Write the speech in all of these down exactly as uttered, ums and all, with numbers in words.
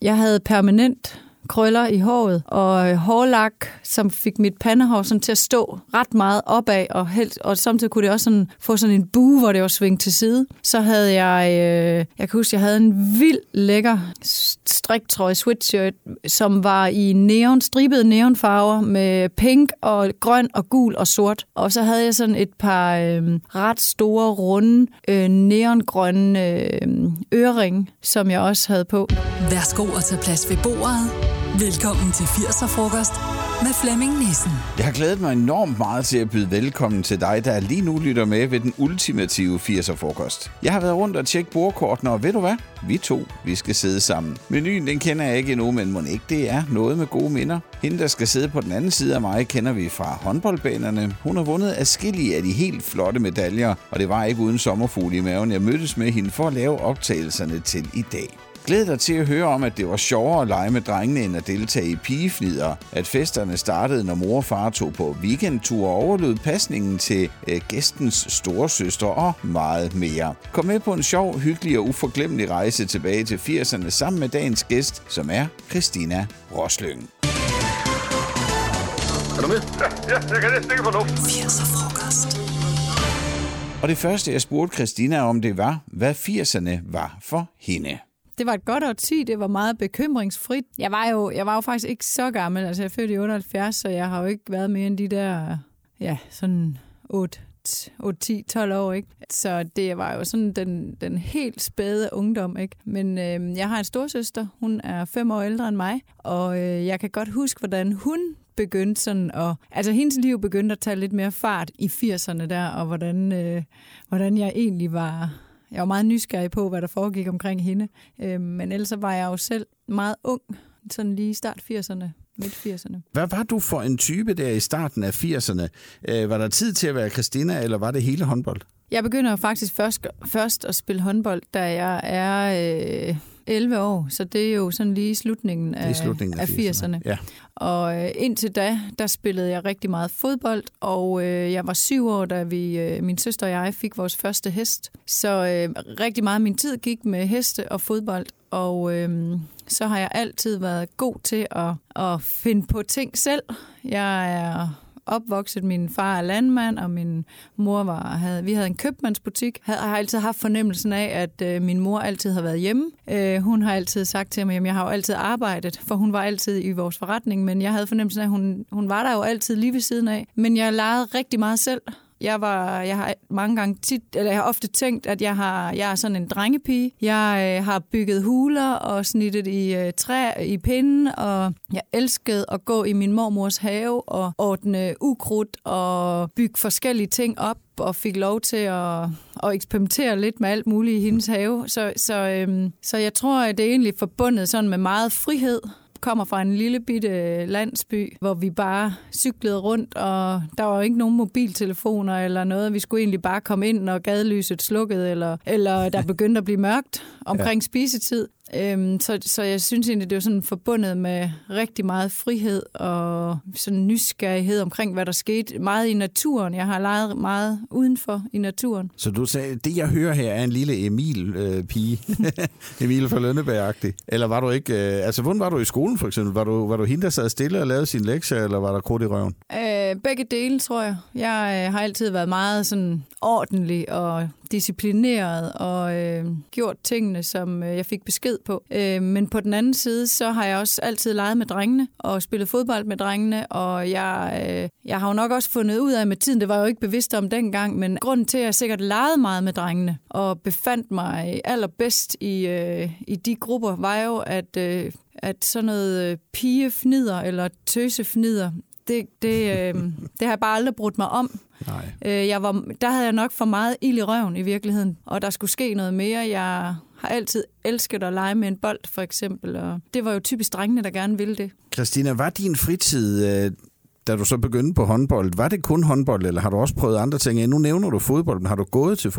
jeg havde permanent krøller i håret, og hårlak, som fik mit pandehår sådan til at stå ret meget opad, og, helt, og samtidig kunne det også sådan, få sådan en bue, hvor det var svinget til side. Så havde jeg, øh, jeg kan huske, jeg havde en vild lækker striktrøje sweatshirt, som var i neon, stribede neonfarver med pink og grøn og gul og sort. Og så havde jeg sådan et par øh, ret store, runde, øh, neongrønne øh, øreringe, som jeg også havde på. Værsgo at tage plads ved bordet. Velkommen til firser-frokost med Flemming Nissen. Jeg har glædet mig enormt meget til at byde velkommen til dig, der lige nu lytter med ved den ultimative firser-frokost. Jeg har været rundt og tjekket bordkortene, og ved du hvad? Vi to, vi skal sidde sammen. Menuen, den kender jeg ikke endnu, men mon ikke det er noget med gode minder. Hende, der skal sidde på den anden side af mig, kender vi fra håndboldbanerne. Hun har vundet adskillige af de helt flotte medaljer, og det var ikke uden sommerfugle i maven. Jeg mødtes med hende for at lave optagelserne til i dag. Glæd dig til at høre om, at det var sjovere at lege med drengene end at deltage i pigefnider. At festerne startede, når mor og far tog på weekendtur og overlod pasningen til øh, gæstens storesøster og meget mere. Kom med på en sjov, hyggelig og uforglemmelig rejse tilbage til firserne sammen med dagens gæst, som er Christina Rosløng. Er du med? Ja, ja, jeg kan næsten ikke få luft. firser-frokost. Og det første, jeg spurgte Christina om, det var, hvad firserne var for hende. Det var et godt årti, det var meget bekymringsfrit. Jeg var jo, jeg var jo faktisk ikke så gammel, altså jeg er født i otteoghalvfjerds, så jeg har jo ikke været mere end de der, ja, sådan otte, ti, tolv år, ikke? Så det var jo sådan den, den helt spæde ungdom, ikke? Men øh, jeg har en storsøster, hun er fem år ældre end mig, og øh, jeg kan godt huske, hvordan hun begyndte sådan at, altså hendes liv begyndte at tage lidt mere fart i firserne der, og hvordan, øh, hvordan jeg egentlig var. Jeg var meget nysgerrig på, hvad der foregik omkring hende. Øh, men ellers var jeg jo selv meget ung, sådan lige i start firserne, midt firserne. Hvad var du for en type der i starten af firserne? Øh, var der tid til at være Christina, eller var det hele håndbold? Jeg begynder faktisk først, først at spille håndbold, da jeg er øh, elleve år, så det er jo sådan lige slutningen af, slutningen af, af firserne. Ja. Og øh, indtil da, der spillede jeg rigtig meget fodbold, og øh, jeg var syv år, da vi, øh, min søster og jeg fik vores første hest. Så øh, rigtig meget af min tid gik med heste og fodbold, og øh, så har jeg altid været god til at, at finde på ting selv. Jeg er opvokset. Min far er landmand, og min mor var, havde, vi havde en købmandsbutik. Jeg har altid haft fornemmelsen af, at øh, min mor altid har været hjemme. Øh, hun har altid sagt til mig, at jeg har jo altid arbejdet, for hun var altid i vores forretning, men jeg havde fornemmelsen af, at hun, hun var der jo altid lige ved siden af. Men jeg legede rigtig meget selv. Jeg var, jeg har mange gange tit, eller jeg har ofte tænkt, at jeg har, jeg er sådan en drengepige. Jeg øh, har bygget huler og snittet i øh, træ i pinden, og jeg elskede at gå i min mormors have og ordne ukrudt og bygge forskellige ting op, og fik lov til at, at eksperimentere lidt med alt muligt i hendes have. Så, så, øh, så jeg tror, at det er egentlig forbundet sådan med meget frihed. Kommer fra en lille bitte landsby, hvor vi bare cyklede rundt, og der var jo ikke nogen mobiltelefoner eller noget. Vi skulle egentlig bare komme ind, når gadelyset slukkede, eller, eller der begyndte at blive mørkt omkring ja. spisetid. Øhm, så, så jeg synes egentlig, det var sådan forbundet med rigtig meget frihed og sådan nysgerrighed omkring, hvad der skete. Meget i naturen. Jeg har leget meget udenfor i naturen. Så du sagde, det jeg hører her er en lille Emil-pige. Øh, Emil fra Lønneberg-agtig. Eller var du ikke... Øh, altså, hvordan var du i skolen for eksempel? Var du, var du hende, der sad stille og lavede sine lektier, eller var der krudt i røven? Øh, begge dele, tror jeg. Jeg øh, har altid været meget sådan ordentlig og disciplineret og øh, gjort tingene, som øh, jeg fik besked på. Øh, men på den anden side, så har jeg også altid leget med drengene og spillet fodbold med drengene, og jeg, øh, jeg har jo nok også fundet ud af med tiden, det var jeg jo ikke bevidst om dengang, men grunden til, at jeg sikkert legede meget med drengene og befandt mig allerbedst i, øh, i de grupper, var jo, at, øh, at sådan noget pigefnider eller tøsefnider, det, det, øh, det har jeg bare aldrig brudt mig om. Nej. Øh, jeg var, der havde jeg nok for meget ild i røven i virkeligheden, og der skulle ske noget mere. Jeg har altid elsket at lege med en bold, for eksempel, og det var jo typisk drengene, der gerne ville det. Christina, var din fritid, da du så begyndte på håndbold, var det kun håndbold, eller har du også prøvet andre ting? Nu nævner du fodbold, men har du gået til fodbold?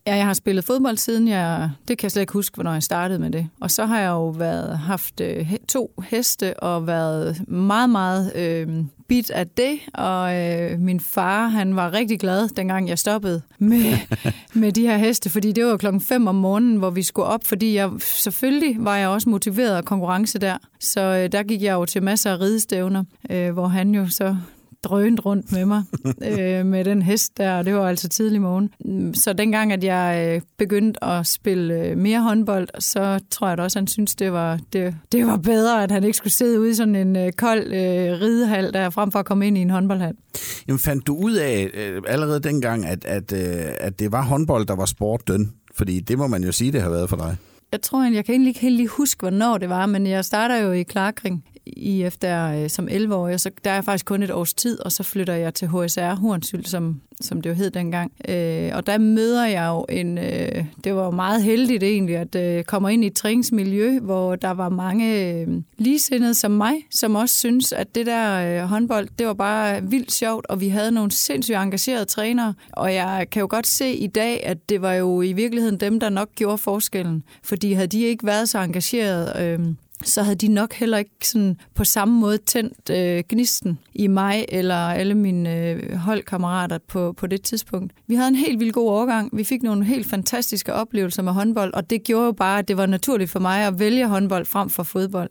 Ja, jeg har spillet fodbold siden jeg... Det kan jeg slet ikke huske, hvornår jeg startede med det. Og så har jeg jo været, haft øh, to heste og været meget, meget øh, bit af det. Og øh, min far, han var rigtig glad, dengang jeg stoppede med, med de her heste. Fordi det var klokken fem om morgenen, hvor vi skulle op. Fordi jeg, selvfølgelig var jeg også motiveret af konkurrence der. Så øh, der gik jeg jo til masser af ridestævner, øh, hvor han jo så... drønt rundt med mig øh, med den hest der, og det var altså tidlig morgen. Så dengang, at jeg øh, begyndte at spille øh, mere håndbold, så tror jeg da også, at han synes, det var, det, det var bedre, at han ikke skulle sidde ude i sådan en øh, kold øh, ridehal, der frem for at komme ind i en håndboldhal. Jamen, fandt du ud af øh, allerede dengang, at, at, øh, at det var håndbold, der var sportdøn? Fordi det må man jo sige, det har været for dig. Jeg tror, jeg kan egentlig ikke helt lige huske, hvornår det var, men jeg starter jo i Klarkring i efter som elleve-årig, så der er faktisk kun et års tid, og så flytter jeg til H S R Hornsyld, som, som det jo hed dengang. Øh, og der møder jeg jo en... Øh, det var meget heldigt egentlig, at øh, kommer ind i et træningsmiljø, hvor der var mange øh, ligesindede som mig, som også synes, at det der øh, håndbold, det var bare vildt sjovt, og vi havde nogle sindssygt engagerede trænere, og jeg kan jo godt se i dag, at det var jo i virkeligheden dem, der nok gjorde forskellen, fordi havde de ikke været så engagerede... Øh, så havde de nok heller ikke sådan på samme måde tændt øh, gnisten i mig eller alle mine øh, holdkammerater på, på det tidspunkt. Vi havde en helt vildt god årgang. Vi fik nogle helt fantastiske oplevelser med håndbold, og det gjorde jo bare, at det var naturligt for mig at vælge håndbold frem for fodbold.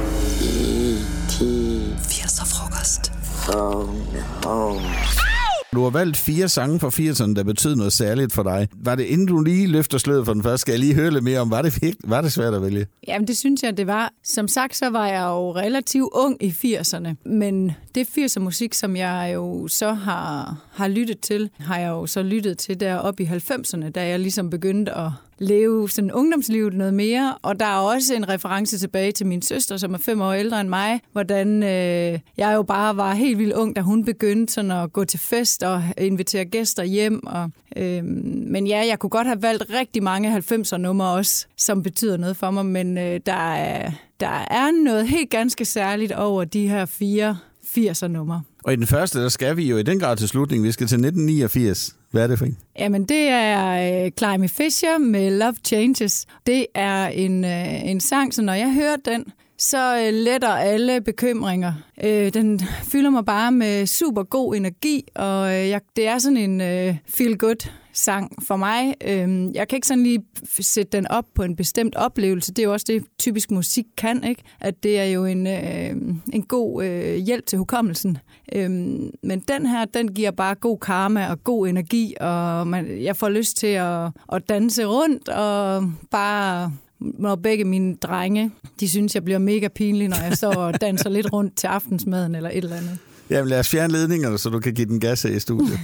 firser-frokost. Du har valgt fire sange fra firserne, der betød noget særligt for dig. Var det, inden du lige løfter sløret for den første, skal jeg lige høre lidt mere om, var det, virkelig, var det svært at vælge? Jamen, det synes jeg, det var. Som sagt, så var jeg jo relativt ung i firserne, men det firser-musik, som jeg jo så har, har lyttet til, har jeg jo så lyttet til deroppe i halvfemserne, da jeg ligesom begyndte at leve sådan ungdomslivet noget mere, og der er også en reference tilbage til min søster, som er fem år ældre end mig, hvordan øh, jeg jo bare var helt vildt ung, da hun begyndte sådan at gå til fest og invitere gæster hjem. Og, øh, men ja, jeg kunne godt have valgt rigtig mange halvfemser-numre også, som betyder noget for mig, men øh, der, er, der er noget helt ganske særligt over de her fire firser-numre. Og i den første, der skal vi jo i den grad til slutning. Vi skal til nitten niogfirs. Hvad er det for en? Jamen, det er uh, Climby Fisher med Love Changes. Det er en, uh, en sang, så når jeg hører den, så uh, letter alle bekymringer. Uh, den fylder mig bare med super god energi, og uh, jeg, det er sådan en uh, feel-good sang for mig. Uh, jeg kan ikke sådan lige sætte den op på en bestemt oplevelse. Det er jo også det, typisk musik kan, ikke? At det er jo en, uh, en god uh, hjælp til hukommelsen. Uh, men den her, den giver bare god karma og god energi, og man, jeg får lyst til at, at danse rundt og bare... Når begge mine drenge, de synes, jeg bliver mega pinlig, når jeg står og danser lidt rundt til aftensmaden eller et eller andet. Jamen lad os fjerne ledningerne, så du kan give den gas i studiet.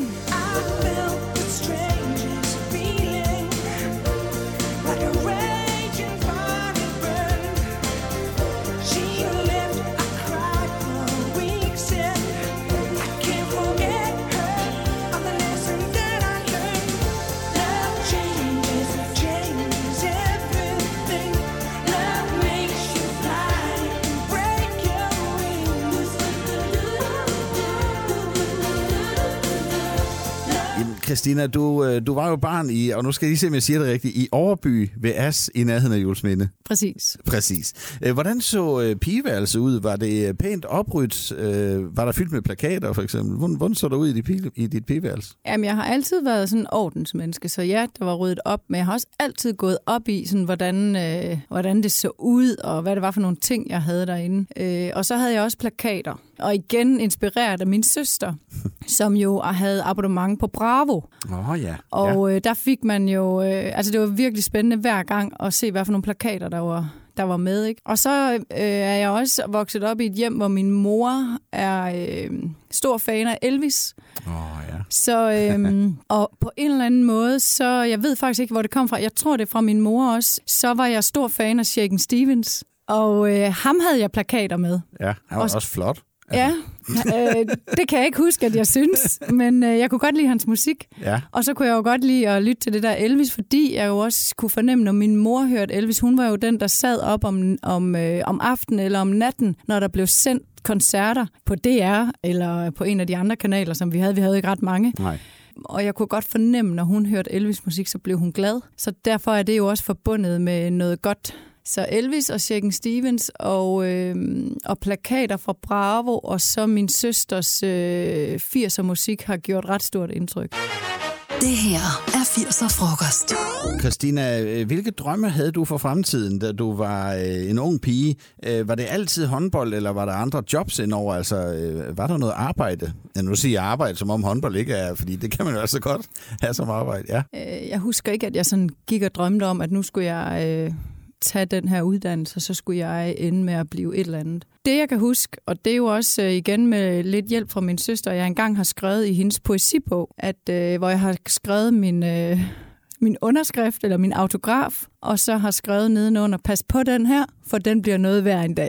Christina, du, du var jo barn i, og nu skal jeg lige se, om jeg siger det rigtigt, i Overby ved As i nærheden af Juelsminde. Præcis. Præcis. Hvordan så pigeværelset ud? Var det pænt opryddet? Var der fyldt med plakater, for eksempel? Hvordan, hvordan så der ud i, dit, i dit pigeværelse? Jamen, jeg har altid været sådan en ordensmenneske, så ja, der var ryddet op, men jeg har også altid gået op i, sådan, hvordan, øh, hvordan det så ud, og hvad det var for nogle ting, jeg havde derinde. Øh, og så havde jeg også plakater. Og igen inspireret af min søster, som jo havde abonnement på Bravo. Åh oh, ja. Og ja. Øh, der fik man jo... Øh, altså det var virkelig spændende hver gang at se, hvad for nogle plakater, der var, der var med. Ikke? Og så øh, er jeg også vokset op i et hjem, hvor min mor er øh, stor fan af Elvis. Åh oh, ja. Så, øh, og på en eller anden måde, så jeg ved faktisk ikke, hvor det kom fra. Jeg tror, det er fra min mor også. Så var jeg stor fan af Shakin' Stevens. Og øh, ham havde jeg plakater med. Ja, han var også, også flot. Ja, øh, det kan jeg ikke huske, at jeg synes, men øh, jeg kunne godt lide hans musik. Ja. Og så kunne jeg jo godt lide at lytte til det der Elvis, fordi jeg jo også kunne fornemme, når min mor hørte Elvis, hun var jo den, der sad op om, om, øh, om aftenen eller om natten, når der blev sendt koncerter på D R eller på en af de andre kanaler, som vi havde. Vi havde ikke ret mange. Nej. og jeg kunne godt fornemme, når hun hørte Elvis-musik, så blev hun glad. Så derfor er det jo også forbundet med noget godt. Så Elvis og Shakin' Stevens og, øh, og plakater fra Bravo, og så min søsters øh, firser musik har gjort ret stort indtryk. Det her er firser frokost. Christina, hvilke drømme havde du for fremtiden, da du var øh, en ung pige? Øh, var det altid håndbold, eller var der andre jobs indover? Altså, øh, var der noget arbejde? Ja, nu siger jeg arbejde, som om håndbold ikke er, fordi det kan man jo altså godt have som arbejde, ja. Øh, jeg husker ikke, at jeg sådan gik og drømte om, at nu skulle jeg øh, tage den her uddannelse, så skulle jeg ende med at blive et eller andet. Det, jeg kan huske, og det er jo også øh, igen med lidt hjælp fra min søster, jeg engang har skrevet i hendes poesibog, at, øh, hvor jeg har skrevet min, øh, min underskrift, eller min autograf, og så har skrevet nedenunder, pas på den her, for den bliver noget værd en dag.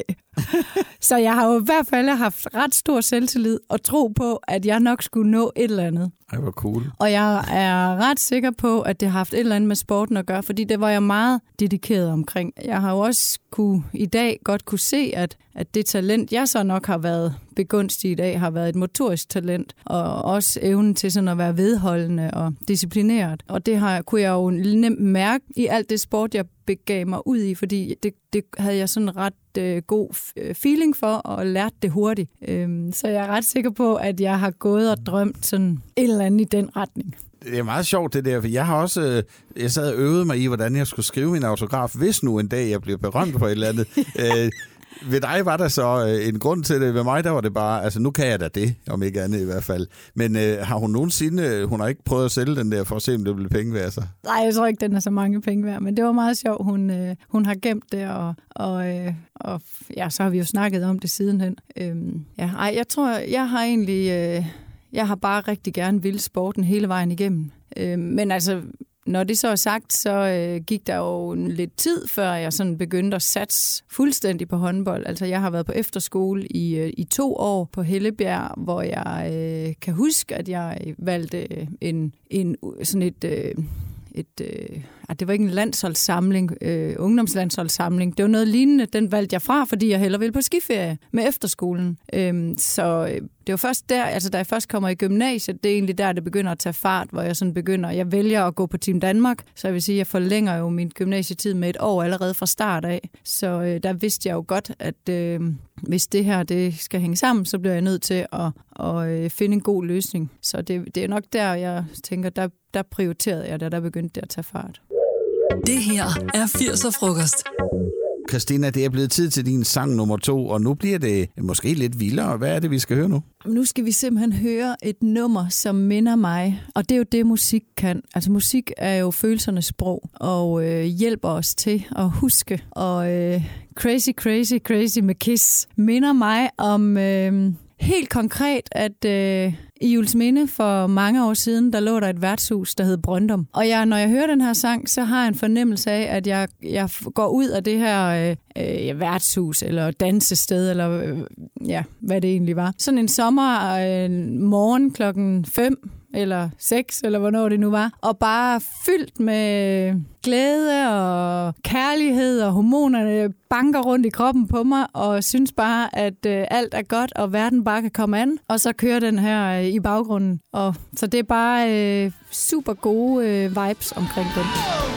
Så jeg har jo i hvert fald haft ret stor selvtillid og tro på, at jeg nok skulle nå et eller andet. Ej, hvor cool. Og jeg er ret sikker på, at det har haft et eller andet med sporten at gøre, fordi det var jeg meget dedikeret omkring. Jeg har jo også kunne, i dag godt kunne se, at, at det talent, jeg så nok har været begunstiget i dag, har været et motorisk talent, og også evnen til sådan at være vedholdende og disciplineret. Og det har, kunne jeg jo nemt mærke i alt det sport, jeg begav mig ud i, fordi det, det havde jeg sådan ret øh, god feeling for, og lært det hurtigt. Øhm, så jeg er ret sikker på, at jeg har gået og drømt sådan et eller andet i den retning. Det er meget sjovt det der, for jeg har også, øh, jeg sad og øvede mig i, hvordan jeg skulle skrive min autograf, hvis nu en dag jeg bliver berømt på et eller andet. øh, Ved dig var der så øh, en grund til det. Ved mig, der var det bare, altså nu kan jeg da det, om ikke andet i hvert fald. Men øh, har hun nogensinde, øh, hun har ikke prøvet at sælge den der, for at se, om det bliver penge værd, så? Nej, jeg tror ikke, den er så mange penge værd, men det var meget sjovt. Hun, øh, hun har gemt det, og, og, øh, og ja, så har vi jo snakket om det sidenhen. Øhm, ja, ej, jeg tror, jeg har egentlig, øh, jeg har bare rigtig gerne ville sporten hele vejen igennem. Øh, men altså, når det så er sagt, så øh, gik der jo lidt tid, før jeg sådan begyndte at satse fuldstændig på håndbold. Altså, jeg har været på efterskole i, øh, i to år på Hellebjerg, hvor jeg øh, kan huske, at jeg valgte en, en sådan et... Øh, et øh, det var ikke en landsholdssamling, øh, ungdomslandsholdssamling. Det var noget lignende. Den valgte jeg fra, fordi jeg hellere ville på skiferie med efterskolen. Øhm, så øh, det var først der, altså da jeg først kommer i gymnasiet, det er egentlig der, det begynder at tage fart, hvor jeg sådan begynder, jeg vælger at gå på Team Danmark, så jeg vil sige, jeg forlænger jo min gymnasietid med et år allerede fra start af. Så øh, der vidste jeg jo godt, at øh, hvis det her det skal hænge sammen, så bliver jeg nødt til at, at øh, finde en god løsning. Så det, det er nok der, jeg tænker, der, der prioriterede jeg det, der begyndte det at tage fart. Det her er firser frokost. Christina, det er blevet tid til din sang nummer to, og nu bliver det måske lidt vildere. Hvad er det, vi skal høre nu? Nu skal vi simpelthen høre et nummer, som minder mig, og det er jo det, musik kan. Altså musik er jo følelsernes sprog, og øh, hjælper os til at huske. Og øh, Crazy, Crazy, Crazy med Kiss minder mig om øh, helt konkret, at... Øh, I Juelsminde for mange år siden, der lå der et værtshus, der hed Brøndum. Og jeg, når jeg hører den her sang, så har jeg en fornemmelse af, at jeg, jeg går ud af det her øh, øh, værtshus, eller dansested, eller øh, ja, hvad det egentlig var. Sådan en sommer øh, morgen klokken fem, eller seks, eller hvornår det nu var. Og bare fyldt med glæde og kærlighed, og hormonerne banker rundt i kroppen på mig, og synes bare, at øh, alt er godt, og verden bare kan komme an. Og så kører den her øh, i baggrunden. Og, så det er bare øh, super gode øh, vibes omkring den.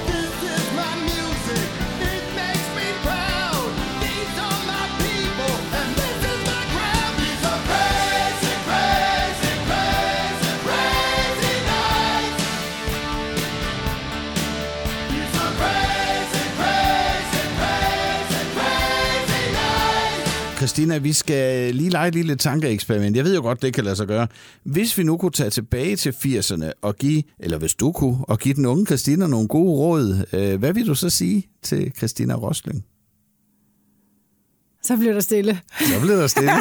Christina, vi skal lige lege et lille tankeeksperiment. Jeg ved jo godt, det kan lade sig gøre. Hvis vi nu kunne tage tilbage til firserne og give, eller hvis du kunne, og give den unge Christina nogle gode råd, øh, hvad vil du så sige til Christina Rosling? Så bliver der stille. Så bliver der stille.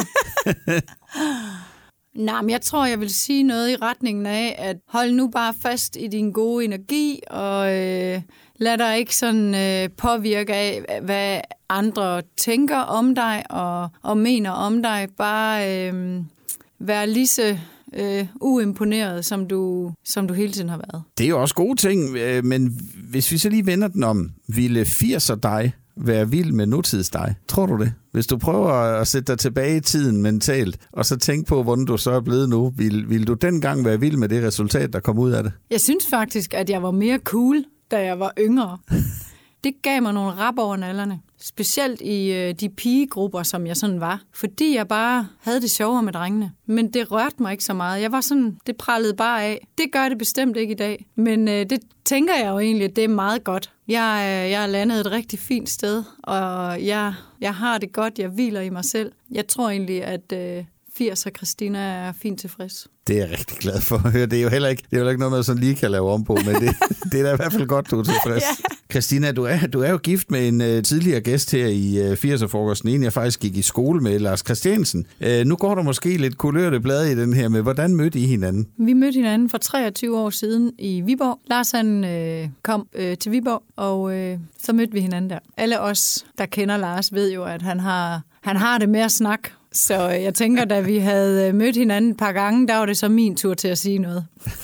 Nej, men jeg tror, jeg vil sige noget i retningen af, at hold nu bare fast i din gode energi, og øh, lad dig ikke sådan øh, påvirke af, hvad andre tænker om dig og, og mener om dig. Bare øh, vær lige så øh, uimponeret, som du, som du hele tiden har været. Det er jo også gode ting, men hvis vi så lige vender den om, ville firser dig være vild med nutidsdig? Tror du det? Hvis du prøver at sætte dig tilbage i tiden mentalt, og så tænke på, hvordan du så er blevet nu, vil, vil du dengang være vild med det resultat, der kom ud af det? Jeg synes faktisk, at jeg var mere cool, da jeg var yngre. Det gav mig nogle rap over nallerne. Specielt i øh, de pigegrupper, som jeg sådan var. Fordi jeg bare havde det sjovere med drengene. Men det rørte mig ikke så meget. Jeg var sådan, det prallede bare af. Det gør det bestemt ikke i dag. Men øh, det tænker jeg jo egentlig, at det er meget godt. Jeg, øh, jeg er landet et rigtig fint sted, og jeg, jeg har det godt. Jeg hviler i mig selv. Jeg tror egentlig, at øh, firs og Christina er fint tilfreds. Det er jeg rigtig glad for at høre. Det er jo heller ikke, det er jo ikke noget, man sådan lige kan lave om på, men det, det er da i hvert fald godt, du er tilfreds. Ja. Christina, du er, du er jo gift med en uh, tidligere gæst her i uh, firser-frokosten. En, jeg faktisk gik i skole med, Lars Christiansen. Uh, nu går der måske lidt kulørte blade i den her med, hvordan mødte I hinanden? Vi mødte hinanden for treogtyve år siden i Viborg. Lars han uh, kom uh, til Viborg, og uh, så mødte vi hinanden der. Alle os, der kender Lars, ved jo, at han har, han har det med at snakke. Så jeg tænker, da vi havde mødt hinanden et par gange, der var det så min tur til at sige noget.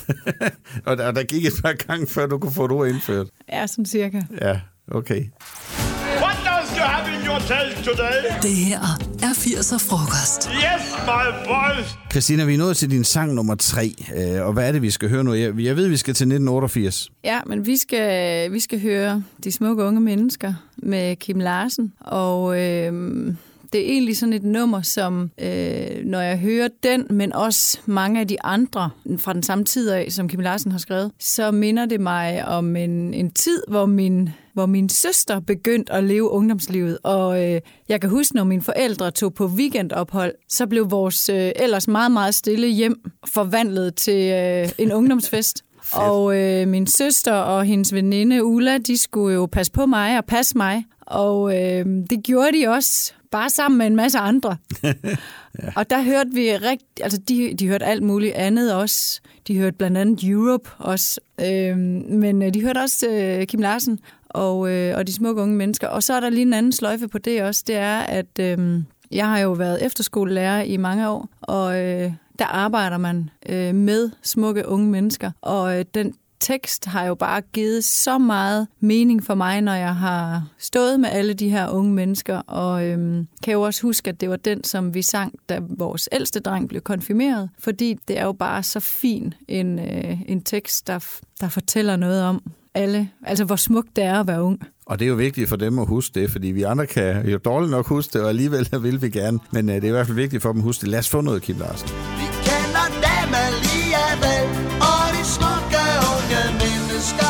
og der, der gik et par gange, før du kunne få det ord indført? Ja, sådan cirka. Ja, okay. What does you have in your tale today? Det her er firser-frokost. Yes, my boys! Christina, vi er nået til din sang nummer tre, og hvad er det, vi skal høre nu? Jeg, jeg ved, vi skal til nitten otteogfirs. Ja, men vi skal, vi skal høre De smukke unge mennesker med Kim Larsen, og øh, det er egentlig sådan et nummer, som øh, når jeg hører den, men også mange af de andre fra den samme tid af, som Kim Larsen har skrevet, så minder det mig om en, en tid, hvor min, hvor min søster begyndte at leve ungdomslivet. Og øh, jeg kan huske, når mine forældre tog på weekendophold, så blev vores øh, ellers meget, meget stille hjem forvandlet til øh, en ungdomsfest. Og øh, min søster og hendes veninde Ulla, de skulle jo passe på mig og passe mig. Og øh, det gjorde de også, bare sammen med en masse andre. ja. Og der hørte vi rigtig, altså de, de hørte alt muligt andet også. De hørte blandt andet Europe også. Øh, men de hørte også øh, Kim Larsen og, øh, og De smukke unge mennesker. Og så er der lige en anden sløjfe på det også. Det er, at øh, jeg har jo været efterskolelærer i mange år, og øh, der arbejder man øh, med smukke unge mennesker. Og øh, den tekst har jo bare givet så meget mening for mig, når jeg har stået med alle de her unge mennesker, og øhm, kan jo også huske, at det var den, som vi sang, da vores ældste dreng blev konfirmeret, fordi det er jo bare så fin en, øh, en tekst, der, der fortæller noget om alle, altså hvor smukt det er at være ung. Og det er jo vigtigt for dem at huske det, fordi vi andre kan jo dårligt nok huske det, og alligevel vil vi gerne, men øh, det er i hvert fald vigtigt for dem at huske det. Lad os få noget, Kim Larsen. Vi kender dem alligevel, og de smukke unge mennesker.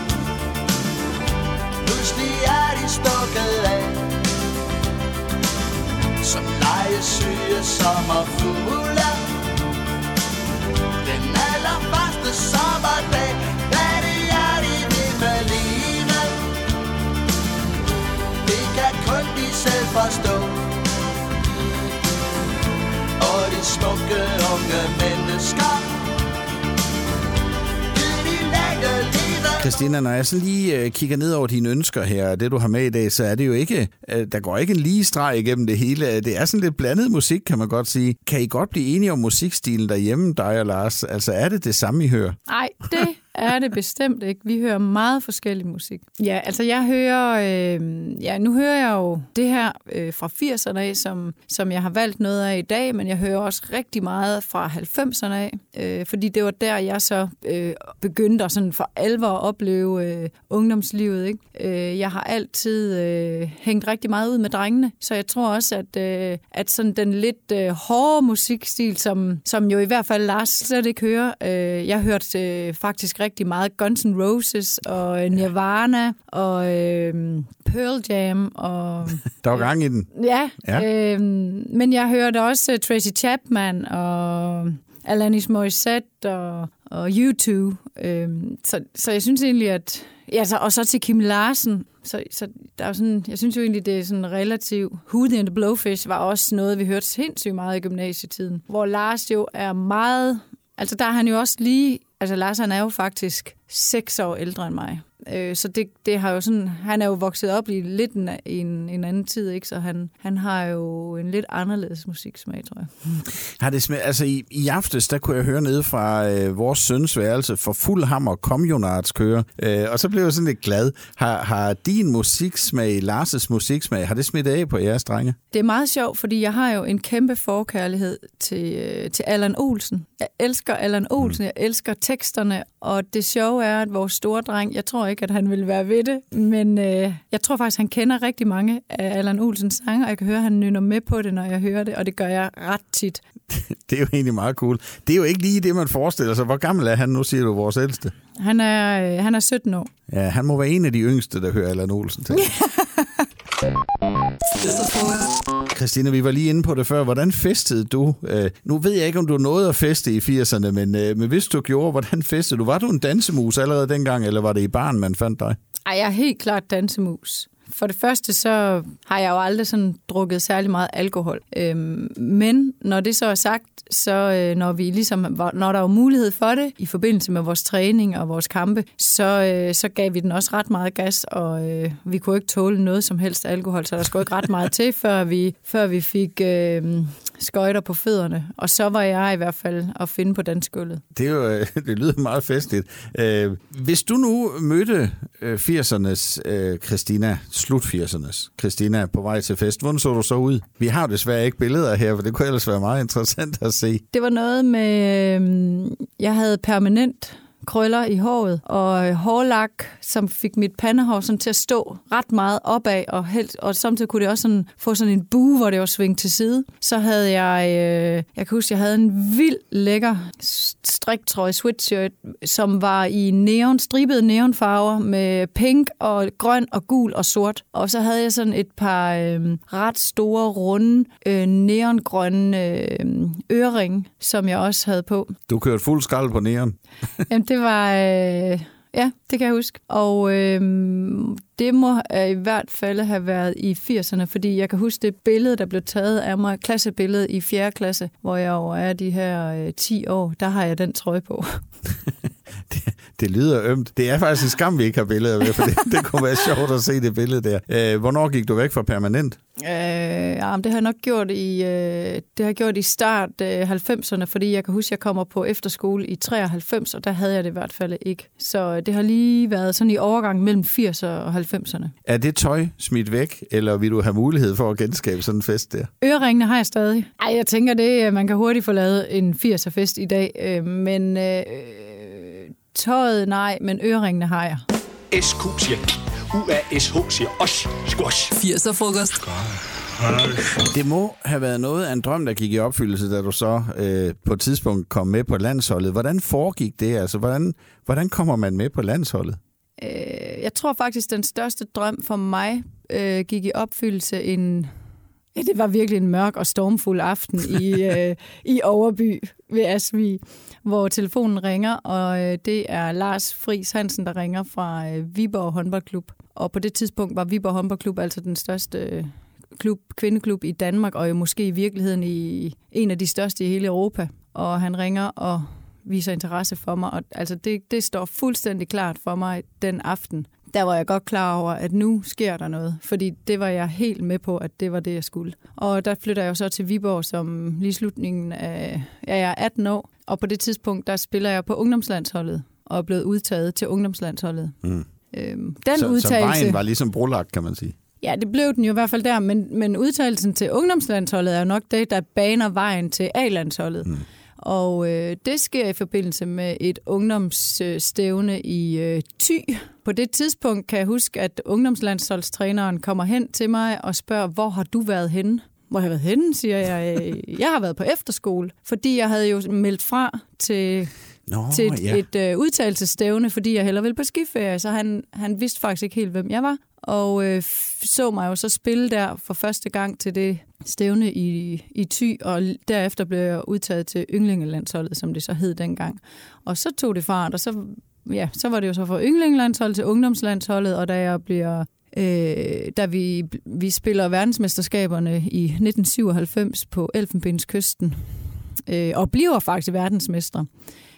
Pludselig er de stukket af, som legesyge sommerfugle. Den allerførste sommerdag, hvad det er, de vil med livet. Det kan kun de selv forstå. Og de smukke unge mennesker. Christina, når jeg sådan lige kigger ned over dine ønsker her, det du har med i dag, så er det jo ikke, der går ikke en lige streg igennem det hele. Det er sådan lidt blandet musik, kan man godt sige. Kan I godt blive enige om musikstilen derhjemme, dig og Lars? Altså er det det samme, I hører? Nej, det er det bestemt ikke. Vi hører meget forskellig musik. Ja, altså jeg hører, øh, ja nu hører jeg jo det her øh, fra firserne af, som, som jeg har valgt noget af i dag, men jeg hører også rigtig meget fra halvfemserne af, øh, fordi det var der, jeg så øh, begyndte at sådan for alvor at opleve øh, ungdomslivet, ikke? Øh, jeg har altid øh, hængt rigtig meget ud med drengene, så jeg tror også, at, øh, at sådan den lidt øh, hårde musikstil, som, som jo i hvert fald Lars slet ikke hører, øh, jeg hørte øh, faktisk rigtig meget Guns N' Roses og Nirvana og øh, Pearl Jam. Og, der var gang i den. Ja, ja. Øh, men jeg hørte også Tracy Chapman og Alanis Morissette og, og U to. Øh, så, så jeg synes egentlig, at... Ja, så, og så til Kim Larsen. Så, så der er sådan, jeg synes jo egentlig, det er sådan relativt... Hootie and the Blowfish var også noget, vi hørte sindssygt meget i gymnasietiden. Hvor Lars jo er meget... Altså der er han jo også lige... Altså Lars han er jo faktisk seks år ældre end mig. Øh, så det, det har jo sådan, han er jo vokset op i lidt en, en, en anden tid, ikke? Så han, han har jo en lidt anderledes musiksmag, tror jeg. Har det smag, altså i, i aftes, der kunne jeg høre nede fra øh, vores søns værelse for fuld hammer Communards kører, øh, og så blev jeg sådan lidt glad. Har, har din musiksmag, Lars' musiksmag, har det smidt af på jeres drenge? Det er meget sjovt, fordi jeg har jo en kæmpe forkærlighed til, øh, til Allan Olsen. Jeg elsker Allan Olsen, mm. jeg elsker teksterne, og det sjove er, at vores store dreng, jeg tror ikke, at han vil være ved det, men øh, jeg tror faktisk, han kender rigtig mange af Allan Olsens sange, og jeg kan høre, at han nynner med på det, når jeg hører det, og det gør jeg ret tit. Det er jo egentlig meget cool. Det er jo ikke lige det, man forestiller sig. Hvor gammel er han nu, siger du, vores ældste? Han er, øh, han er sytten år. Ja, han må være en af de yngste, der hører Allan Olsen til. Christina, vi var lige inde på det før. Hvordan festede du? Øh, nu ved jeg ikke, om du nåede at feste i firserne, men, øh, men hvis du gjorde, hvordan festede du? Var du en dansemus allerede dengang, eller var det i baren, man fandt dig? Ej, jeg er helt klart dansemus. For det første, så har jeg jo aldrig sådan drukket særlig meget alkohol. Øhm, men når det så er sagt, så øh, når vi ligesom, når der var mulighed for det, i forbindelse med vores træning og vores kampe, så, øh, så gav vi den også ret meget gas, og øh, vi kunne ikke tåle noget som helst alkohol, så der skulle ikke ret meget til, før vi, før vi fik øh, skøjter på fødderne. Og så var jeg i hvert fald at finde på dansegulvet. Det, er jo, det lyder meget festligt. Øh, hvis du nu mødte øh, firsernes øh, Christina, slut firsernes Christina på vej til fest, hvordan så du så ud? Vi har jo desværre ikke billeder her, for det kunne ellers være meget interessant at se. Det var noget med, øh, jeg havde permanent krøller i håret og hårlak, som fik mit pandehår sådan til at stå ret meget opad, og, helt, og samtidig kunne det også sådan få sådan en bue, hvor det var svinget til side. Så havde jeg, øh, jeg kan huske, jeg havde en vild lækker striktrøje sweatshirt, som var i neon, stribede neonfarver med pink og grøn og gul og sort. Og så havde jeg sådan et par øh, ret store, runde, øh, neongrønne øh, øreringe, som jeg også havde på. Du kørte fuld skrald på neon. Jamen, det var... Øh, ja, det kan jeg huske. Og øh, det må øh, i hvert fald have været i firserne, fordi jeg kan huske det billede, der blev taget af mig, klassebilledet i fjerde klasse, hvor jeg jo er de her øh, ti år, der har jeg den trøje på. det, det lyder ømt. Det er faktisk en skam, vi ikke har billeder med, for det, det kunne være sjovt at se det billede der. Øh, hvornår gik du væk fra permanent? Øh, ja, det har jeg nok gjort i, øh, det har jeg gjort i start øh, halvfemserne, fordi jeg kan huske, at jeg kommer på efterskole i treoghalvfems, og der havde jeg det i hvert fald ikke. Så det har lige været sådan i overgang mellem firserne og halvfemserne. Er det tøj smidt væk, eller vil du have mulighed for at genskabe sådan en fest der? Øreringene har jeg stadig. Ej, jeg tænker det, man kan hurtigt få lavet en firser-fest i dag, øh, men øh, tøjet nej, men øreringene har jeg. S Q siger U A S H siger os. Squash. firser-frokost. Det må have været noget af en drøm, der gik i opfyldelse, da du så øh, på et tidspunkt kom med på landsholdet. Hvordan foregik det? Altså, hvordan, hvordan kommer man med på landsholdet? Øh, jeg tror faktisk, den største drøm for mig øh, gik i opfyldelse en... Ja, det var virkelig en mørk og stormfuld aften i, øh, i Overby ved Asvig, hvor telefonen ringer, og øh, det er Lars Friis Hansen, der ringer fra øh, Viborg Håndboldklub. Og på det tidspunkt var Viborg Håndboldklub altså den største øh, klub, kvindeklub i Danmark, og jo måske i virkeligheden i en af de største i hele Europa. Og han ringer og viser interesse for mig, og altså det, det står fuldstændig klart for mig den aften. Der var jeg godt klar over, at nu sker der noget, fordi det var jeg helt med på, at det var det, jeg skulle. Og der flytter jeg jo så til Viborg som lige slutningen af, ja, jeg er atten år, og på det tidspunkt, der spiller jeg på ungdomslandsholdet, og er blevet udtaget til ungdomslandsholdet. Mm. Øhm, den så, udtagelse, så vejen var ligesom brolagt, kan man sige? Ja, det blev den jo i hvert fald der, men, men udtagelsen til ungdomslandsholdet er jo nok det, der baner vejen til A-landsholdet. Mm. Og øh, det sker i forbindelse med et ungdomsstævne i øh, Thy. På det tidspunkt kan jeg huske, at ungdomslandsholdstræneren kommer hen til mig og spørger, hvor har du været henne? Hvor har jeg været henne, siger jeg. Jeg har været på efterskole, fordi jeg havde jo meldt fra til, Nå, til et, ja. et øh, udtalelsesstævne, fordi jeg hellere ville på skiferie, så han, han vidste faktisk ikke helt, hvem jeg var. Og øh, så mig jo så spille der for første gang til det stævne i, i Thy, og derefter blev jeg udtaget til yndlingelandsholdet, som det så hed dengang. Og så tog det fart, og så, ja, så var det jo så fra yndlingelandsholdet til ungdomslandsholdet, og da jeg bliver... Øh, da vi, vi spiller verdensmesterskaberne i nitten syvoghalvfems på Elfenbenskysten, øh, og bliver faktisk verdensmestre,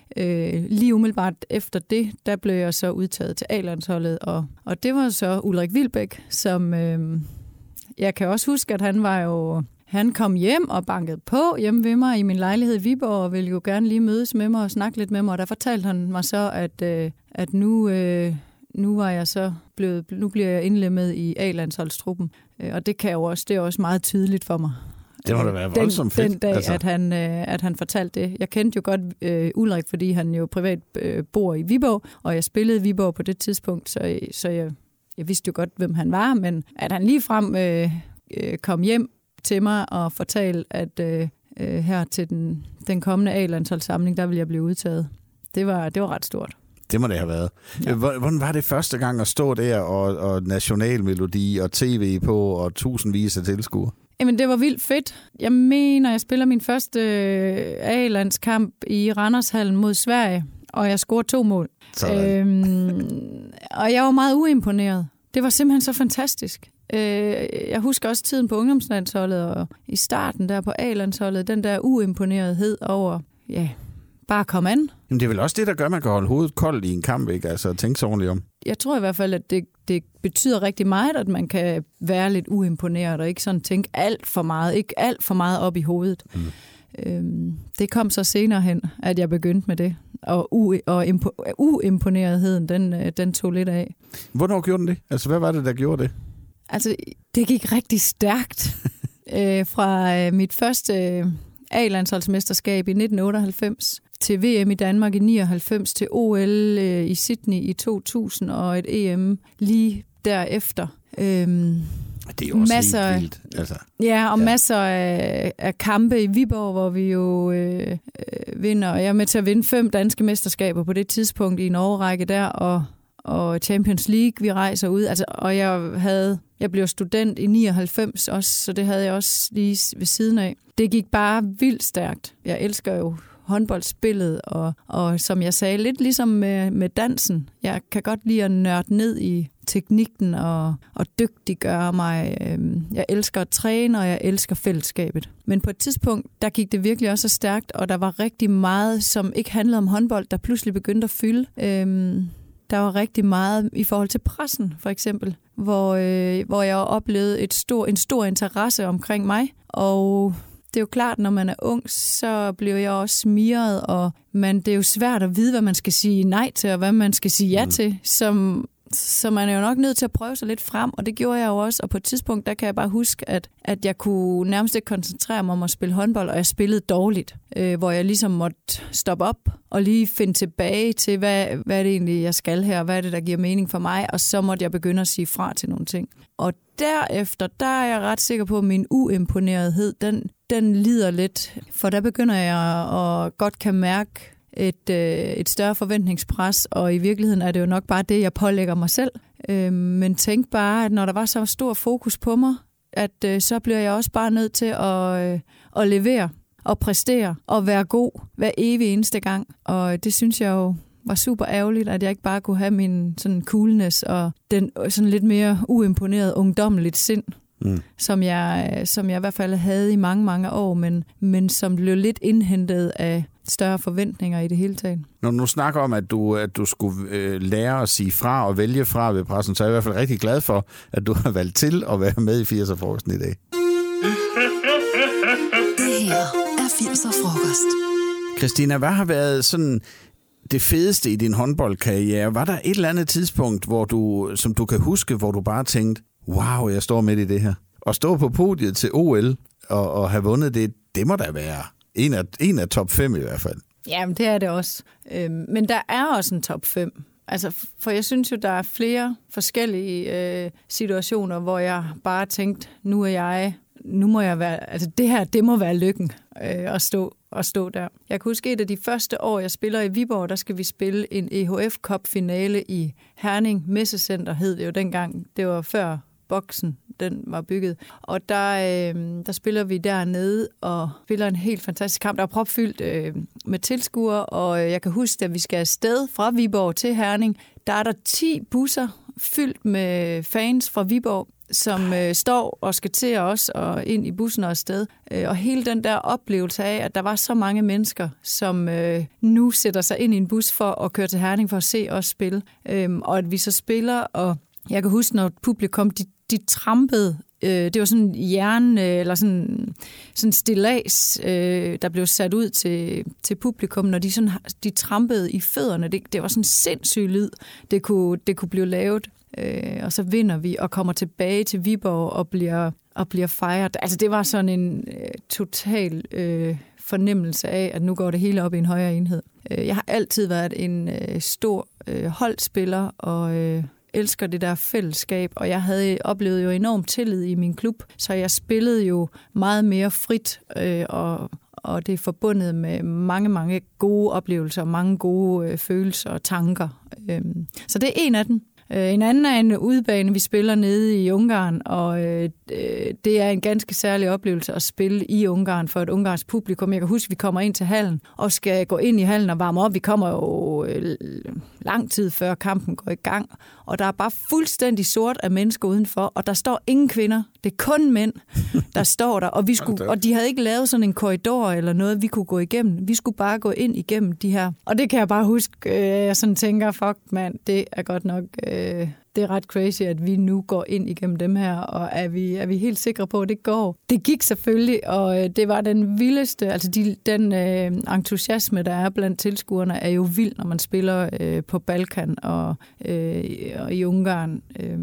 Øh, lige umiddelbart efter det, der blev jeg så udtaget til A-landsholdet, og, og det var så Ulrik Wilbæk, som øh, jeg kan også huske, at han var jo... Han kom hjem og bankede på hjemme ved mig i min lejlighed i Viborg, og ville jo gerne lige mødes med mig og snakke lidt med mig, og der fortalte han mig så, at, øh, at nu... Øh, Nu var jeg så blevet, nu bliver jeg indlemmet i A-landsholdstruppen, og det kan jo også, det er også meget tydeligt for mig. Det må da være voldsomt fedt. Den dag, altså. at, han, at han fortalte det. Jeg kendte jo godt uh, Ulrik, fordi han jo privat uh, bor i Viborg, og jeg spillede i Viborg på det tidspunkt, så, så jeg, jeg vidste jo godt, hvem han var, men at han ligefrem uh, uh, kom hjem til mig og fortalte, at uh, uh, her til den, den kommende A-landsholdssamling, der ville jeg blive udtaget. Det var, det var ret stort. Det må det have været. Ja. Hvordan var det første gang at stå der, og, og nationalmelodi, og tv på, og tusindvis af tilskuere? Jamen, det var vildt fedt. Jeg mener, jeg spiller min første A-landskamp i Randershallen mod Sverige, og jeg scorede to mål. Øhm, og jeg var meget uimponeret. Det var simpelthen så fantastisk. Øh, jeg husker også tiden på ungdomslandsholdet, og i starten der på A-landsholdet, den der uimponerethed over, ja, bare komme an. Jamen, det er vel også det, der gør, at man kan holde hovedet koldt i en kamp, ikke? Altså, tænke sig ordentligt om. Jeg tror i hvert fald, at det, det betyder rigtig meget, at man kan være lidt uimponeret, og ikke sådan tænke alt for meget, ikke alt for meget op i hovedet. Mm. Øhm, det kom så senere hen, at jeg begyndte med det. Og, u- og impo- uimponeretheden, den, den tog lidt af. Hvornår gjorde den det? Altså, hvad var det, der gjorde det? Altså, det gik rigtig stærkt. øh, fra øh, mit første A-landsholdsmesterskab i nitten otteoghalvfems til V M i Danmark i nioghalvfems, til O L øh, i Sydney i to tusind og et E M lige derefter. Øhm, det er jo også masser, helt vildt. Altså. Ja, og ja. masser af, af kampe i Viborg, hvor vi jo øh, øh, vinder. Jeg er med til at vinde fem danske mesterskaber på det tidspunkt i en årrække der, og, og Champions League, vi rejser ud. Altså, og jeg havde... Jeg blev student i nioghalvfems også, så det havde jeg også lige ved siden af. Det gik bare vildt stærkt. Jeg elsker jo håndboldspillet, og, og som jeg sagde, lidt ligesom med, med dansen. Jeg kan godt lide at nørde ned i teknikken og, og dygtiggøre mig. Jeg elsker at træne, og jeg elsker fællesskabet. Men på et tidspunkt, der gik det virkelig også så stærkt, og der var rigtig meget, som ikke handlede om håndbold, der pludselig begyndte at fylde. Øhm, der var rigtig meget i forhold til pressen, for eksempel, hvor, øh, hvor jeg oplevede et stor, en stor interesse omkring mig. Og det er jo klart, når man er ung, så bliver jeg også smiret, og man, det er jo svært at vide, hvad man skal sige nej til, og hvad man skal sige ja til, som... Så man er jo nok nødt til at prøve sig lidt frem, og det gjorde jeg jo også. Og på et tidspunkt, der kan jeg bare huske, at, at jeg kunne nærmest ikke koncentrere mig om at spille håndbold, og jeg spillede dårligt. Øh, hvor jeg ligesom måtte stoppe op og lige finde tilbage til, hvad, hvad er det egentlig, jeg skal her, og hvad er det, der giver mening for mig. Og så måtte jeg begynde at sige fra til nogle ting. Og derefter, der er jeg ret sikker på, at min uimponerethed, den, den lider lidt. For der begynder jeg at godt kan mærke, Et, øh, et større forventningspres, og i virkeligheden er det jo nok bare det, jeg pålægger mig selv. Øh, men tænk bare, at når der var så stor fokus på mig, at øh, så bliver jeg også bare nødt til at, øh, at levere og præstere og være god hver evig eneste gang. Og det synes jeg jo var super ærgerligt, at jeg ikke bare kunne have min sådan coolness og den sådan lidt mere uimponeret ungdommeligt sind. Mm. Som, jeg, som jeg i hvert fald havde i mange, mange år, men, men som blev lidt indhentet af større forventninger i det hele taget. Når du snakker om, at du, at du skulle øh, lære at sige fra og vælge fra ved pressen, så er jeg i hvert fald rigtig glad for, at du har valgt til at være med i firser-frokosten i dag. Det her er firser-frokost. Christina, hvad har været sådan det fedeste i din håndboldkarriere? Var der et eller andet tidspunkt, hvor du, som du kan huske, hvor du bare tænkte, wow, jeg står midt i det her. Og stå på podiet til O L og, og have vundet det, det må da være en af, en af top fem i hvert fald. Jamen, det er det også. Øhm, men der er også en top fem. Altså, for jeg synes jo, der er flere forskellige øh, situationer, hvor jeg bare tænkte, nu er jeg, nu må jeg være, altså det her, det må være lykken øh, at stå og stå der. Jeg kan huske, et af de første år, jeg spiller i Viborg, der skal vi spille en E H F Cup-finale i Herning Messecenter, hed det jo dengang. Det var før boksen, den var bygget. Og der, øh, der spiller vi dernede og spiller en helt fantastisk kamp. Der er propfyldt øh, med tilskuere, og jeg kan huske, at vi skal afsted fra Viborg til Herning. Der er der ti busser fyldt med fans fra Viborg, som øh, står og skal til os og ind i bussen og afsted. Øh, og hele den der oplevelse af, at der var så mange mennesker, som øh, nu sætter sig ind i en bus for at køre til Herning for at se os spille. Øh, og at vi så spiller, og jeg kan huske, når publikum, de, de trampede. Øh, det var sådan jern, øh, eller sådan, sådan stillads, øh, der blev sat ud til, til publikum, når de, sådan, de trampede i fødderne. Det, det var sådan en sindssyg lyd, det kunne, det kunne blive lavet. Øh, og så vinder vi og kommer tilbage til Viborg og bliver, og bliver fejret. Altså det var sådan en øh, total øh, fornemmelse af, at nu går det hele op i en højere enhed. Øh, jeg har altid været en øh, stor øh, holdspiller og øh, elsker det der fællesskab, og jeg havde oplevet jo enormt tillid i min klub, så jeg spillede jo meget mere frit, øh, og, og det er forbundet med mange, mange gode oplevelser, mange gode øh, følelser og tanker. Øh, så det er en af dem. En anden er en udebane, vi spiller nede i Ungarn, og øh, det er en ganske særlig oplevelse at spille i Ungarn for et ungarsk publikum. Jeg kan huske, at vi kommer ind til hallen og skal gå ind i hallen og varme op. Vi kommer jo øh, lang tid før kampen går i gang, og der er bare fuldstændig sort af mennesker udenfor, og der står ingen kvinder. Det er kun mænd, der står der, og, vi skulle, og de havde ikke lavet sådan en korridor eller noget, vi kunne gå igennem. Vi skulle bare gå ind igennem de her. Og det kan jeg bare huske, øh, jeg sådan tænker, fuck mand, det er godt nok... Øh, det er ret crazy, at vi nu går ind igennem dem her, og er vi, er vi helt sikre på, at det går. Det gik selvfølgelig, og det var den vildeste, altså de, den øh, entusiasme, der er blandt tilskuerne, er jo vild, når man spiller øh, på Balkan og, øh, og i Ungarn. Øh,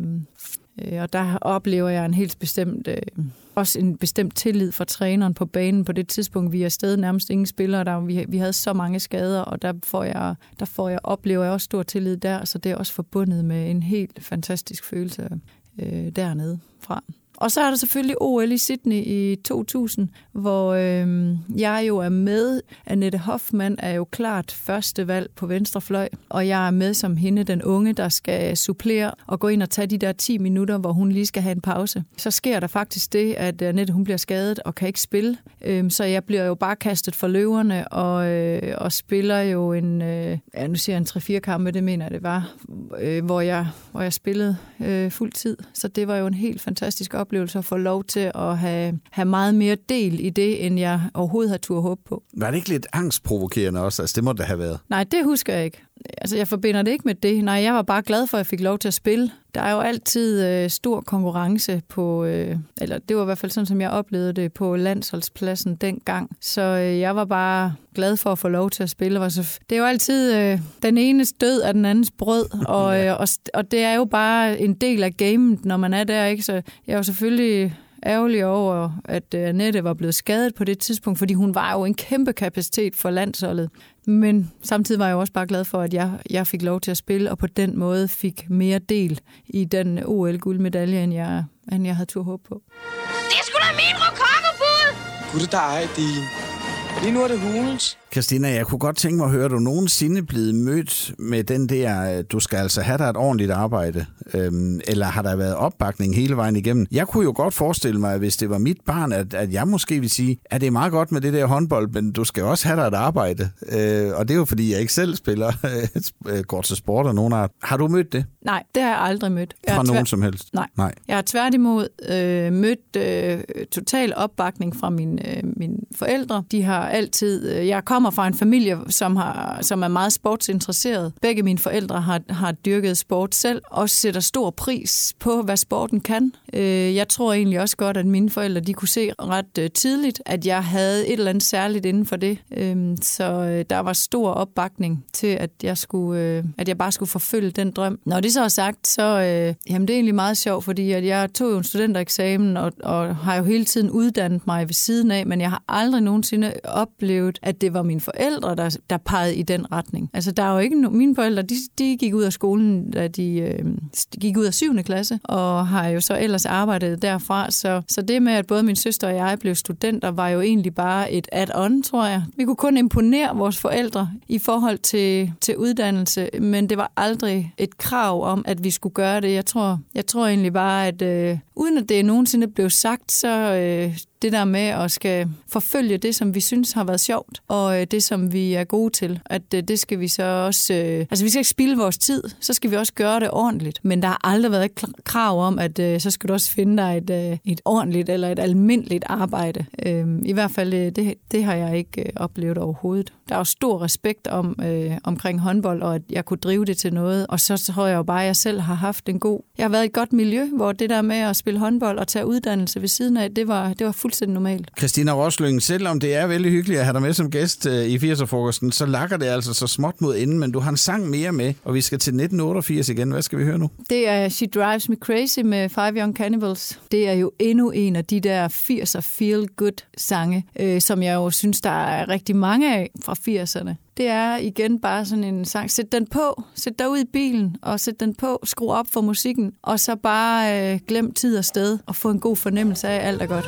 og der oplever jeg en helt bestemt... Øh, også en bestemt tillid fra træneren på banen på det tidspunkt. Vi er stadig nærmest ingen spillere. Der, vi, vi havde så mange skader, og der får, jeg, der får jeg, oplever jeg også stor tillid der, så det er også forbundet med en helt fantastisk følelse øh, dernede fra. Og så er der selvfølgelig O L i Sydney i to tusind, hvor øh, jeg jo er med. Annette Hoffmann er jo klart første valg på venstre fløj, og jeg er med som hende, den unge, der skal supplere og gå ind og tage de der ti minutter, hvor hun lige skal have en pause. Så sker der faktisk det, at Annette hun bliver skadet og kan ikke spille, øh, så jeg bliver jo bare kastet for løverne og, øh, og spiller jo en, øh, ja, nu siger jeg en tre-fire kampe, det mener jeg det var, øh, hvor, jeg, hvor jeg spillede øh, fuld tid. Så det var jo en helt fantastisk oplevelse at få lov til at have, have meget mere del i det, end jeg overhovedet har tur håbe på. Var det ikke lidt angstprovokerende også? Altså, det må det have været. Nej, det husker jeg ikke. Altså, jeg forbinder det ikke med det. Nej, jeg var bare glad for, at jeg fik lov til at spille. Der er jo altid øh, stor konkurrence på, øh, eller det var i hvert fald sådan, som jeg oplevede det på landsholdspladsen dengang. Så øh, jeg var bare glad for at få lov til at spille. Det er jo altid øh, den enes død af den andens brød, og, øh, og, og det er jo bare en del af gamet, når man er der, ikke? Så jeg var selvfølgelig ærgerlig over, at Annette var blevet skadet på det tidspunkt, fordi hun var jo en kæmpe kapacitet for landsholdet. Men samtidig var jeg også bare glad for, at jeg, jeg fik lov til at spille, og på den måde fik mere del i den O L-guldmedalje, end jeg, end jeg havde tur håb på. Det er sgu da min rokokkerbud! Gud, det dig, din. Lige nu er det hulens. Christina, jeg kunne godt tænke mig at høre, er du nogensinde blevet mødt med den der, du skal altså have dig et ordentligt arbejde, øhm, eller har der været opbakning hele vejen igennem? Jeg kunne jo godt forestille mig, at hvis det var mit barn, at, at jeg måske ville sige, at det er meget godt med det der håndbold, men du skal også have dig et arbejde. Øh, og det er jo fordi, jeg ikke selv spiller, går til sport og nogen art. Har du mødt det? Nej, det har jeg aldrig mødt. Jeg fra tvær... nogen som helst? Nej. Nej. Jeg har tværtimod øh, mødt øh, total opbakning fra mine, øh, mine forældre. De har altid... Øh, jeg kommer fra en familie, som, har, som er meget sportsinteresseret. Begge mine forældre har, har dyrket sport selv, og sætter stor pris på, hvad sporten kan. Øh, jeg tror egentlig også godt, at mine forældre de kunne se ret øh, tidligt, at jeg havde et eller andet særligt inden for det. Øh, så øh, der var stor opbakning til, at jeg, skulle, øh, at jeg bare skulle forfølge den drøm. Når det så er sagt, så øh, jamen, det er egentlig meget sjovt, fordi at jeg tog jo en studentereksamen, og, og har jo hele tiden uddannet mig ved siden af, men jeg har aldrig nogensinde oplevet, at det var mine forældre, der, der pegede i den retning. Altså, der er jo ikke no- mine forældre, de, de gik ud af skolen, da de, øh, de gik ud af syvende klasse, og har jo så ellers arbejdet derfra. Så, så det med, at både min søster og jeg blev studenter, var jo egentlig bare et add-on, tror jeg. Vi kunne kun imponere vores forældre i forhold til, til uddannelse, men det var aldrig et krav om, at vi skulle gøre det. Jeg tror, jeg tror egentlig bare, at, øh, uden at det nogensinde blev sagt, så øh, det der med at skal forfølge det, som vi synes har været sjovt, og øh, det, som vi er gode til, at øh, det skal vi så også... Øh, altså, vi skal ikke spilde vores tid, så skal vi også gøre det ordentligt. Men der har aldrig været et krav om, at øh, så skal du også finde dig et, øh, et ordentligt eller et almindeligt arbejde. Øh, I hvert fald, øh, det, det har jeg ikke øh, oplevet overhovedet. Der er jo stor respekt om, øh, omkring håndbold, og at jeg kunne drive det til noget. Og så tror jeg jo bare, at jeg selv har haft en god... Jeg har været i et godt miljø, hvor det der med at spille håndbold og tage uddannelse ved siden af, det var, det var fuldstændig normalt. Christina Roslyng, selvom det er vældig hyggeligt at have dig med som gæst øh, i firser-frokosten, så lakker det altså så småt mod enden, men du har en sang mere med, og vi skal til nitten otteogfirs igen. Hvad skal vi høre nu? Det er She Drives Me Crazy med Five Young Cannibals. Det er jo endnu en af de der firser feel-good-sange, øh, som jeg jo synes, der er rigtig mange af fra firserne. Det er igen bare sådan en sang. Sæt den på, sæt dig ud i bilen, og sæt den på, skru op for musikken, og så bare øh, glem tid og sted, og få en god fornemmelse af, at alt er godt.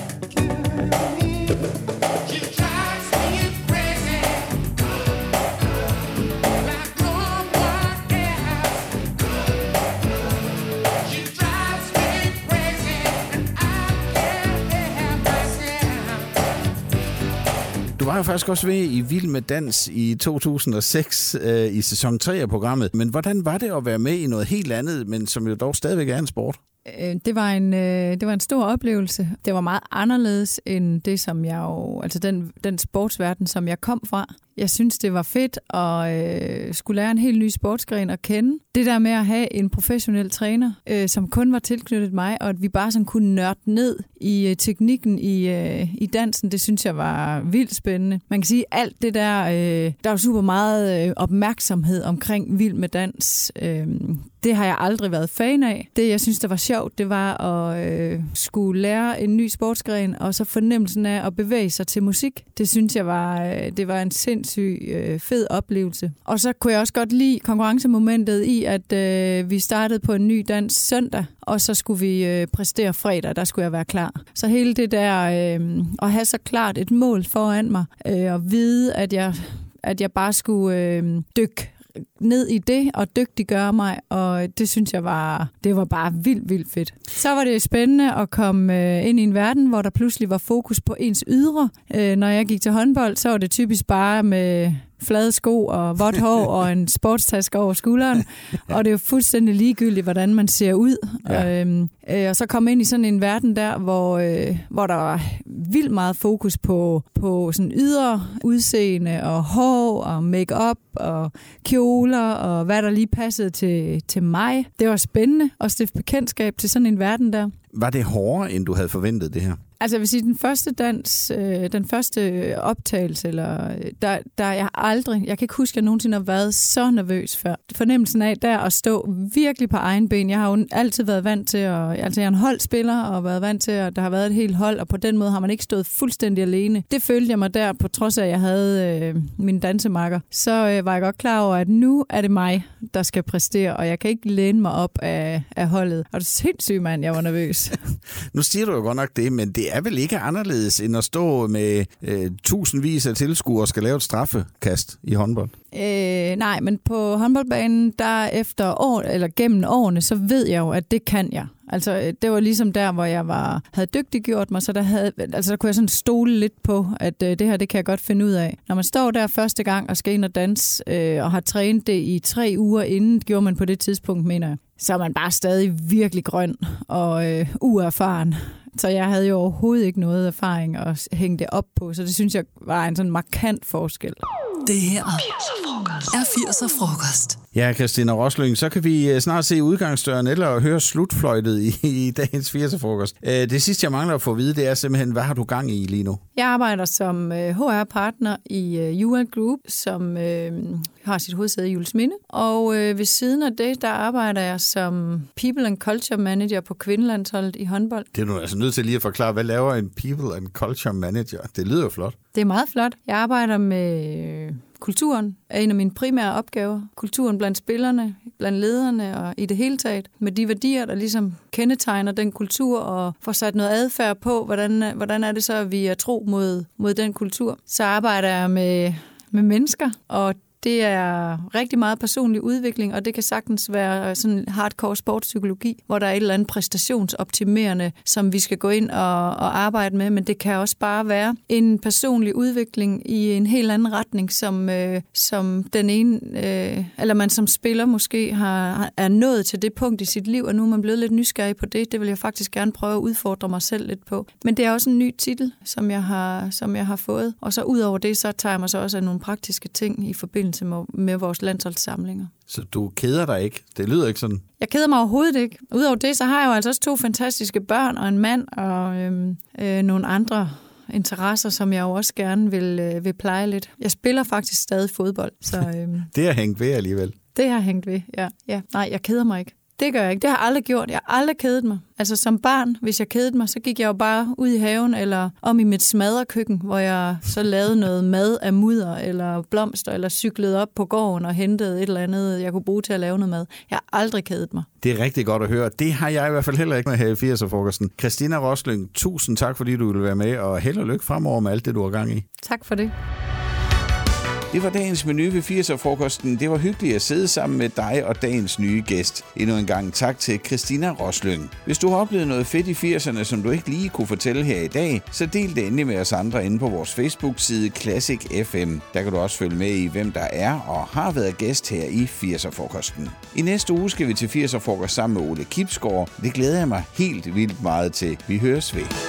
Du var jo faktisk også ved i Vild med Dans i to tusind og seks øh, i sæson tre af programmet. Men hvordan var det at være med i noget helt andet, men som jo dog stadigvæk er en sport? Det var en det var en stor oplevelse. Det var meget anderledes end det, som jeg jo, altså den den sportsverden, som jeg kom fra. Jeg synes, det var fedt at øh, skulle lære en helt ny sportsgren at kende. Det der med at have en professionel træner, øh, som kun var tilknyttet mig, og at vi bare sådan kunne nørde ned i øh, teknikken i, øh, i dansen, det synes jeg var vildt spændende. Man kan sige, alt det der, øh, der var super meget øh, opmærksomhed omkring Vild med Dans. Øh, det har jeg aldrig været fan af. Det, jeg synes, der var sjovt, det var at øh, skulle lære en ny sportsgren, og så fornemmelsen af at bevæge sig til musik. Det synes jeg var, øh, det var en sindssyg øh, fed oplevelse. Og så kunne jeg også godt lide konkurrencemomentet i, at øh, vi startede på en ny dans søndag, og så skulle vi øh, præstere fredag, der skulle jeg være klar. Så hele det der øh, at have så klart et mål foran mig, øh, og vide, at jeg, at jeg bare skulle øh, dykke ned i det og dygtiggøre mig, og det synes jeg var, det var bare vildt, vildt fedt. Så var det spændende at komme ind i en verden, hvor der pludselig var fokus på ens ydre. Når jeg gik til håndbold, så var det typisk bare med flade sko og vådt hår og en sportstaske over skulderen, og det er jo fuldstændig ligegyldigt, hvordan man ser ud. Ja. Øhm, øh, og så kom ind i sådan en verden der, hvor, øh, hvor der var vildt meget fokus på, på sådan ydre udseende og hår og make-up og kjoler og hvad der lige passede til, til mig. Det var spændende at stifte bekendtskab til sådan en verden der. Var det hårdere, end du havde forventet det her? Altså, jeg vil sige, den første dans, øh, den første optagelse, eller, der, der jeg aldrig, jeg kan ikke huske, at jeg nogensinde har været så nervøs før. Fornemmelsen af der at stå virkelig på egen ben. Jeg har jo altid været vant til, at, altså jeg er en holdspiller, og været vant til, at der har været et helt hold, og på den måde har man ikke stået fuldstændig alene. Det følte jeg mig der, på trods af, at jeg havde øh, min dansemakker. Så øh, var jeg godt klar over, at nu er det mig, der skal præstere, og jeg kan ikke læne mig op af, af holdet. Og det er sindssygt, mand, jeg var nervøs. Nu siger du jo godt nok det, men det er vel ikke anderledes end at stå med øh, tusindvis af tilskuere og skal lave et straffekast i håndbold? Øh, nej, men på håndboldbanen, der efter år, eller gennem årene, så ved jeg jo, at det kan jeg. Altså, det var ligesom der, hvor jeg var, havde dygtiggjort mig, så der, havde, altså, der kunne jeg sådan stole lidt på, at øh, det her, det kan jeg godt finde ud af. Når man står der første gang og skal ind og danse, øh, og har trænet det i tre uger inden, gjorde man på det tidspunkt, mener jeg, så er man bare stadig virkelig grøn og øh, uerfaren. Så jeg havde jo overhovedet ikke noget erfaring at hænge det op på, så det synes jeg var en sådan markant forskel. Det her er firser frokost. Ja, Christina Roslyng, så kan vi snart se udgangsdøren eller høre slutfløjtet i, i dagens firser frokost. Det sidste, jeg mangler at få at vide, det er simpelthen, hvad har du gang i lige nu? Jeg arbejder som H R-partner i U L Group, som øh, har sit hovedsæde i Juelsminde. Og øh, ved siden af det, der arbejder jeg som People and Culture Manager på kvindelandsholdet i håndbold. Det er du altså nødt til lige at forklare, hvad laver en People and Culture Manager? Det lyder jo flot. Det er meget flot. Jeg arbejder med kulturen, er en af mine primære opgaver. Kulturen blandt spillerne, blandt lederne og i det hele taget. Med de værdier, der ligesom kendetegner den kultur og får sat noget adfærd på, hvordan, hvordan er det så, at vi er tro mod, mod den kultur. Så arbejder jeg med, med mennesker, og Det er rigtig meget personlig udvikling, og det kan sagtens være sådan hardcore sportspsykologi, hvor der er et eller andet præstationsoptimerende, som vi skal gå ind og, og arbejde med, men det kan også bare være en personlig udvikling i en helt anden retning, som, øh, som den ene, øh, eller man som spiller måske har, er nået til det punkt i sit liv, og nu er man blevet lidt nysgerrig på det. Det vil jeg faktisk gerne prøve at udfordre mig selv lidt på. Men det er også en ny titel, som jeg har, som jeg har fået. Og så ud over det, så tager jeg mig så også af nogle praktiske ting i forbindelse med, med vores landsholdssamlinger. Så du keder dig ikke? Det lyder ikke sådan. Jeg keder mig overhovedet ikke. Udover det, så har jeg jo altså også to fantastiske børn og en mand og øhm, øh, nogle andre interesser, som jeg jo også gerne vil, øh, vil pleje lidt. Jeg spiller faktisk stadig fodbold. Så, øhm, det har hængt ved alligevel. Det har hængt ved, ja. ja. Nej, jeg keder mig ikke. Det gør jeg ikke. Det har jeg aldrig gjort. Jeg har aldrig kedet mig. Altså som barn, hvis jeg kedede mig, så gik jeg jo bare ud i haven eller om i mit smadrekøkken, hvor jeg så lavede noget mad af mudder eller blomster, eller cyklede op på gården og hentede et eller andet, jeg kunne bruge til at lave noget mad. Jeg har aldrig kedet mig. Det er rigtig godt at høre. Det har jeg i hvert fald heller ikke med her i firser-frokosten. Christina Rosling, tusind tak, fordi du ville være med, og held og lykke fremover med alt det, du har gang i. Tak for det. Det var dagens menu ved firser-frokosten. Det var hyggeligt at sidde sammen med dig og dagens nye gæst. Endnu en gang tak til Christina Rosling. Hvis du har oplevet noget fedt i firserne, som du ikke lige kunne fortælle her i dag, så del det endelig med os andre inde på vores Facebook-side Classic F M. Der kan du også følge med i, hvem der er og har været gæst her i firser-frokosten. I næste uge skal vi til firser-frokost sammen med Ole Kibsgaard. Det glæder jeg mig helt vildt meget til. Vi høres ved.